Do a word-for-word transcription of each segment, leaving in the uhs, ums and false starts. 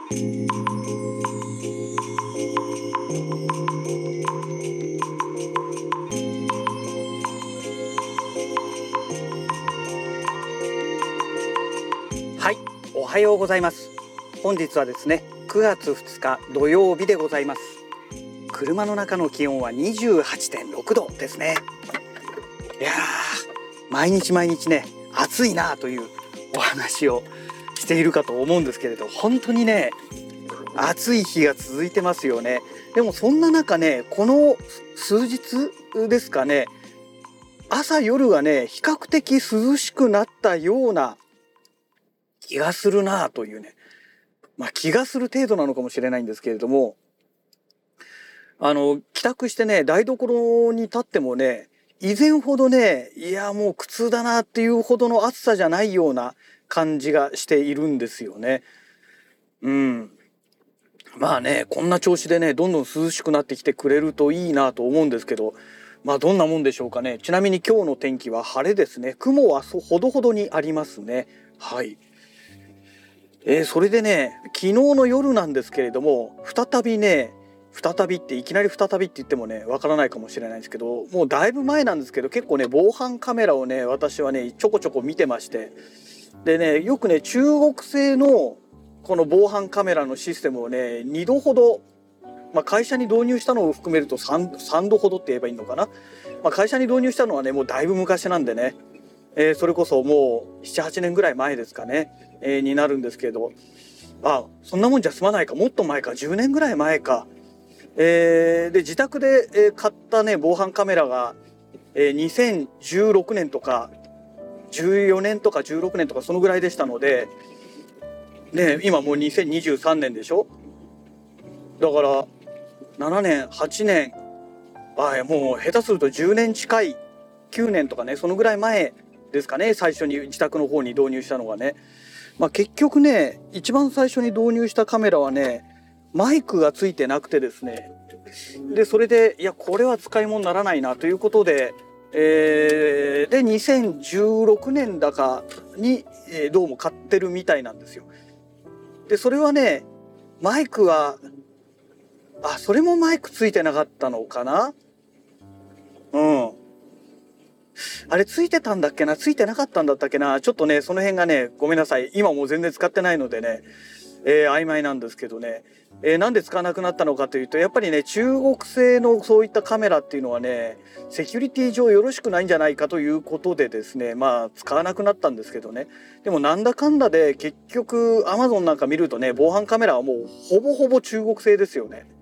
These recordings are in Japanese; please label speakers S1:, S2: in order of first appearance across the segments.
S1: はい、おはようございます。本日はですね、くがつふつか土曜日でございます。車の中の気温は にじゅうはちてんろくどですね。いやー、毎日毎日ね、暑いなというお話をしているかと思うんですけれど、本当にね、暑い日が続いてますよね。でもそんな中ね、この数日ですかね、朝夜がね、比較的涼しくなったような気がするなというね、まあ気がする程度なのかもしれないんですけれども、あの帰宅してね、台所に立ってもね、以前ほどね、いやもう苦痛だなっていうほどの暑さじゃないような感じがしているんですよね。うん。まあね、こんな調子でね、どんどん涼しくなってきてくれるといいなと思うんですけど、まあどんなもんでしょうかね。ちなみに今日の天気は晴れですね。雲はそほどほどにありますね。はい。えー、それでね、昨日の夜なんですけれども、再びね、再びっていきなり再びって言ってもね、わからないかもしれないんですけど、もうだいぶ前なんですけど、結構ね、防犯カメラをね、私はね、ちょこちょこ見てまして、でね、よくね、中国製のこの防犯カメラのシステムをね、にどほど、まあ、会社に導入したのを含めると 3, さんどほどって言えばいいのかな。まあ、会社に導入したのはね、もうだいぶ昔なんでね、えー、それこそもうななはちねんぐらい前ですかね、えー、になるんですけど、あ、そんなもんじゃ済まないか、もっと前か、じゅうねんぐらい前か。えー、で自宅で、えー、買ったね防犯カメラが、えー、にせんじゅうろくねんとかじゅうよねんとかじゅうろくねんとかそのぐらいでしたので、ね、今もうにせんにじゅうさんねんでしょ。だからななねんはちねん、あ、もう下手するとじゅうねん近い、きゅうねんとかね、そのぐらい前ですかね、最初に自宅の方に導入したのがね。まあ、結局ね、一番最初に導入したカメラはね、マイクがついてなくてですね、でそれでいやこれは使い物にならないなということで、えー、でにせんじゅうろくねんだかに、えー、どうも買ってるみたいなんですよ。でそれはね、マイクはあそれもマイクついてなかったのかな。うん、あれついてたんだっけな、ついてなかったんだったっけな、ちょっとねその辺がね、ごめんなさい、今もう全然使ってないのでね、えー、曖昧なんですけどね、えー、なんで使わなくなったのかというと、やっぱりね、中国製のそういったカメラっていうのはね、セキュリティ上よろしくないんじゃないかということでですね、まあ使わなくなったんですけどね。でもなんだかんだで結局 アマゾン なんか見るとね、防犯カメラはもうほぼほぼ中国製ですよね。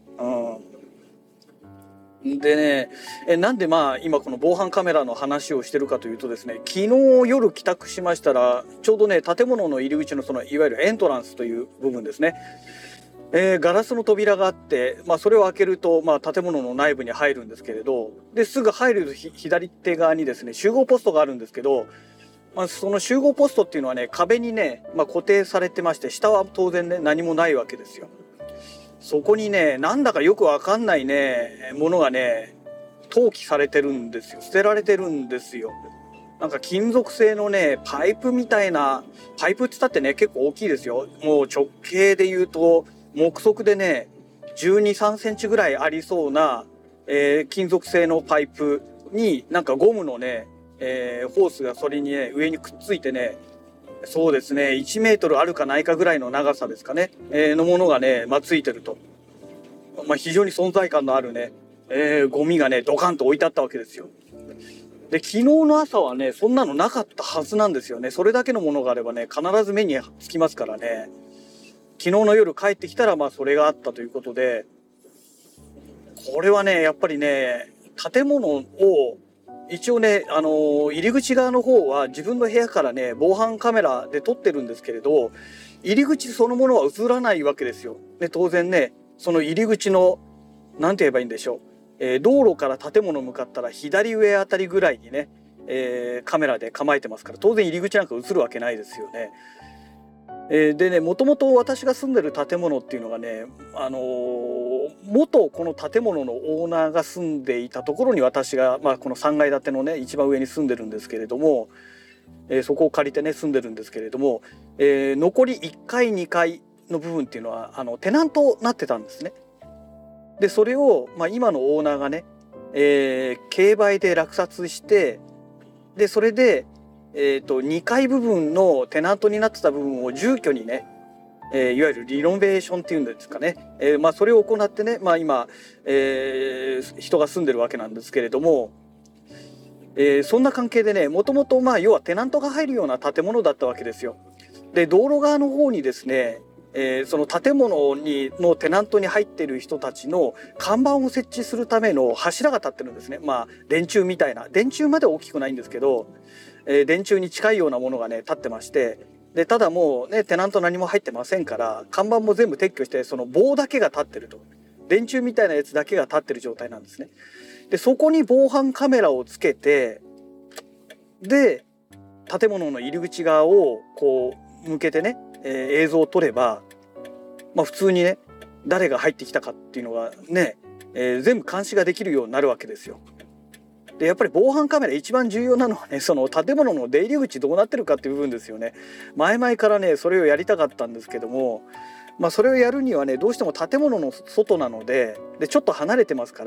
S1: うん。でね、えなんでまあ今この防犯カメラの話をしてるかというとですね、昨日夜帰宅しましたら、ちょうどね、建物の入り口のそのいわゆるエントランスという部分ですね、えー、ガラスの扉があって、まあ、それを開けると、まあ、建物の内部に入るんですけれど、ですぐ入る左手側にですね、集合ポストがあるんですけど、まあ、その集合ポストっていうのはね、壁にね、まあ、固定されてまして、下は当然ね何もないわけですよ。そこにね、なんだかよくわかんないねものがね、投棄されてるんですよ。捨てられてるんですよ。なんか金属製のねパイプみたいな、パイプって言ったってね結構大きいですよ。もう直径で言うと目測でねじゅうに、さんセンチぐらいありそうな、えー、金属製のパイプになんかゴムのね、えー、ホースがそれにね上にくっついてね、そうですねいちメートルあるかないかぐらいの長さですかね、えー、のものがね、まあ、ついてると、まあ、非常に存在感のあるね、えー、ゴミがねドカンと置いてあったわけですよ。で昨日の朝はねそんなのなかったはずなんですよね。それだけのものがあればね必ず目につきますからね。昨日の夜帰ってきたらまあそれがあったということで、これはねやっぱりね、建物を一応ね、あのー、入り口側の方は自分の部屋からね防犯カメラで撮ってるんですけれど、入り口そのものは映らないわけですよ。で当然ね、その入り口のなんて言えばいいんでしょう、えー、道路から建物向かったら左上あたりぐらいにね、えー、カメラで構えてますから、当然入り口なんか映るわけないですよね。えー、でね、もともと私が住んでる建物っていうのがね、あのー、元この建物のオーナーが住んでいたところに私が、まあ、このさんがい建てのね一番上に住んでるんですけれども、えー、そこを借りてね住んでるんですけれども、えー、残りいっかいにかいの部分っていうのはあのテナントになってたんですね。でそれを、まあ、今のオーナーがね、えー、競売で落札して、でそれで、えー、とにかい部分のテナントになってた部分を住居にね、えー、いわゆるリノベーションっていうんですかね、えーまあ、それを行ってね、まあ、今、えー、人が住んでるわけなんですけれども、えー、そんな関係でね、もともとまあ要はテナントが入るような建物だったわけですよ。で道路側の方にですね、えー、その建物にのテナントに入っている人たちの看板を設置するための柱が立ってるんですね。まあ電柱みたいな、電柱まで大きくないんですけど、えー、電柱に近いようなものがね立ってまして、でただもうねテナント何も入ってませんから、看板も全部撤去してその棒だけが立ってると、電柱みたいなやつだけが立ってる状態なんですね。でそこに防犯カメラをつけて、で建物の入り口側をこう向けてね、えー、映像を撮れば、まあ、普通にね誰が入ってきたかっていうのがね、えー、全部監視ができるようになるわけですよ。でやっぱり防犯カメラ一番重要なのはね、その建物の出入り口どうなってるかっていう部分ですよね。前々からねそれをやりたかったんですけども、まあ、それをやるにはねどうしても建物の外なので、でちょっと離れてますから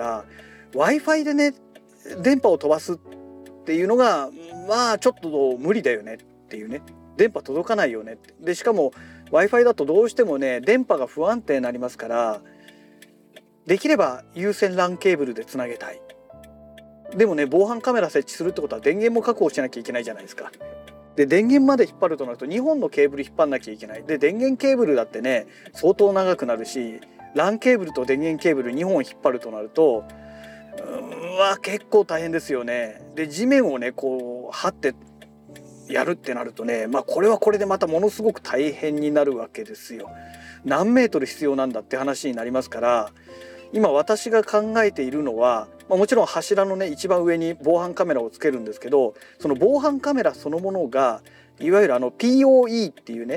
S1: Wi-Fi でね電波を飛ばすっていうのがまあちょっと無理だよねっていうね、電波届かないよねって。でしかも Wi-Fi だとどうしてもね電波が不安定になりますから、できれば有線 ラン ケーブルでつなげたい。でもね防犯カメラ設置するってことは電源も確保しなきゃいけないじゃないですか。で電源まで引っ張るとなるとにほんのケーブル引っ張んなきゃいけない。で電源ケーブルだってね相当長くなるし、 ラン ケーブルと電源ケーブルにほん引っ張るとなるとうわ結構大変ですよね。で地面をねこう張ってやるってなるとね、まあこれはこれでまたものすごく大変になるわけですよ。何メートル必要なんだって話になりますから、今私が考えているのは、まあ、もちろん柱のね一番上に防犯カメラをつけるんですけど、その防犯カメラそのものがいわゆるあの ピーオーイー っていうね、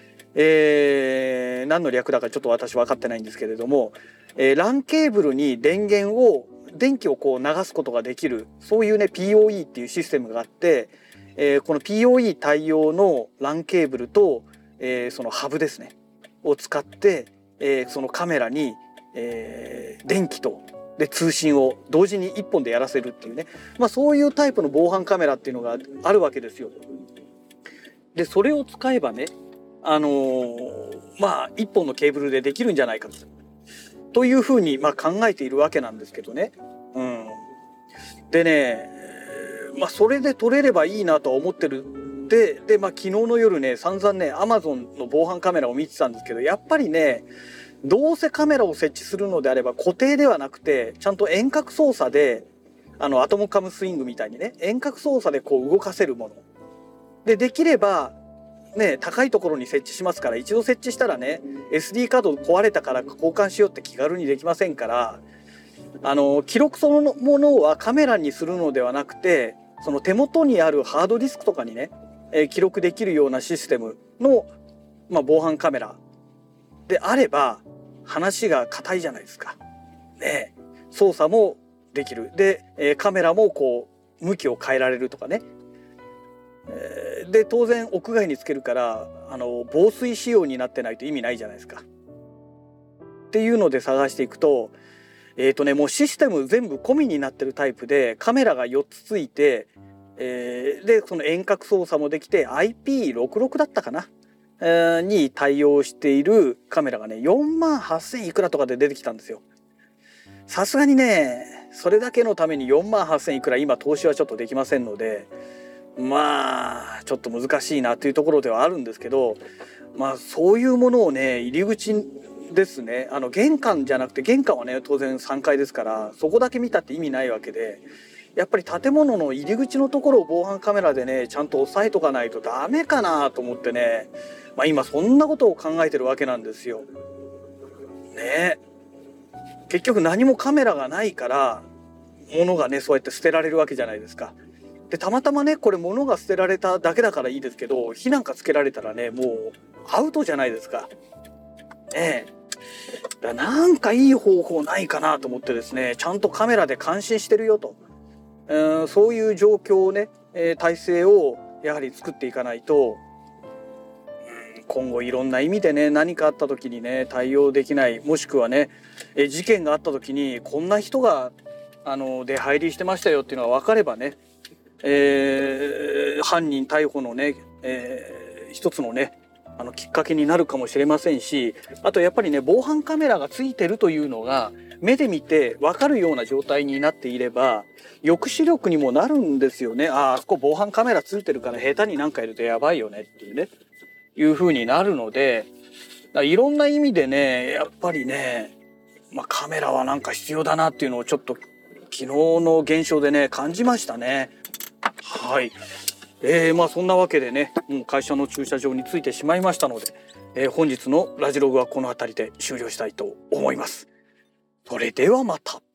S1: えー、何の略だかちょっと私分かってないんですけれども、えー、ラン ケーブルに電源を電気をこう流すことができる、そういうね ピーオーイー っていうシステムがあって、えー、この ピーオーイー 対応の ラン ケーブルと、えー、そのハブですねを使って、えー、そのカメラに、えー、電気とで通信を同時にいっぽんでやらせるっていうね、まあ、そういうタイプの防犯カメラっていうのがあるわけですよ。でそれを使えばね、あのー、まあいっぽんのケーブルでできるんじゃないかというふうにまあ考えているわけなんですけどね。うん、でね、まあ、それで撮れればいいなとは思ってる。でで、まあ、昨日の夜ね散々ね アマゾン の防犯カメラを見てたんですけど、やっぱりねどうせカメラを設置するのであれば固定ではなくてちゃんと遠隔操作で、あのアトムカムスイングみたいにね遠隔操作でこう動かせるもので、できればね高いところに設置しますから、一度設置したらね エスディー カード壊れたから交換しようって気軽にできませんから、あの記録そのものはカメラにするのではなくて、その手元にあるハードディスクとかにね、えー、記録できるようなシステムの、まあ、防犯カメラであれば話が硬いじゃないですか。ね、操作もできる。で、えー、カメラもこう向きを変えられるとかね。えー、で当然屋外につけるからあの防水仕様になってないと意味ないじゃないですか。っていうので探していくと、えーとねもうシステム全部込みになってるタイプで、カメラがよっつついて、えー、でその遠隔操作もできて アイピーろくじゅうろく だったかな、えー、に対応しているカメラがねよんまんはっせんいくらとかで出てきたんですよ。さすがにねそれだけのためによんまんはっせんいくら今投資はちょっとできませんので、まあちょっと難しいなというところではあるんですけど、まあそういうものをね入り口ですね、あの玄関じゃなくて、玄関はね当然さんがいですからそこだけ見たって意味ないわけで、やっぱり建物の入り口のところを防犯カメラでねちゃんと押さえとかないとダメかなと思ってね、まあ、今そんなことを考えてるわけなんですよ。ね、結局何もカメラがないから物がねそうやって捨てられるわけじゃないですか。でたまたまねこれ物が捨てられただけだからいいですけど、火なんかつけられたらねもうアウトじゃないですか。ねえ、だなんかいい方法ないかなと思ってですね、ちゃんとカメラで監視してるよと、えー、そういう状況をね、えー、体制をやはり作っていかないと、うん、 今後いろんな意味でね、何かあった時にね対応できない、もしくはねえ事件があった時にこんな人があの出入りしてましたよっていうのが分かればね、えー、犯人逮捕のね、えー、一つのねあのきっかけになるかもしれませんし、あとやっぱりね防犯カメラがついてるというのが目で見て分かるような状態になっていれば抑止力にもなるんですよね。ああ、あそこ防犯カメラついてるから下手になんかいるとやばいよねっていうねいう風になるので、いろんな意味でねやっぱりね、まあ、カメラはなんか必要だなっていうのをちょっと昨日の現象でね感じましたね。はい、えー、まあそんなわけでねもう会社の駐車場に着いてしまいましたので、えー、本日のラジログはこの辺りで終了したいと思います。それではまた。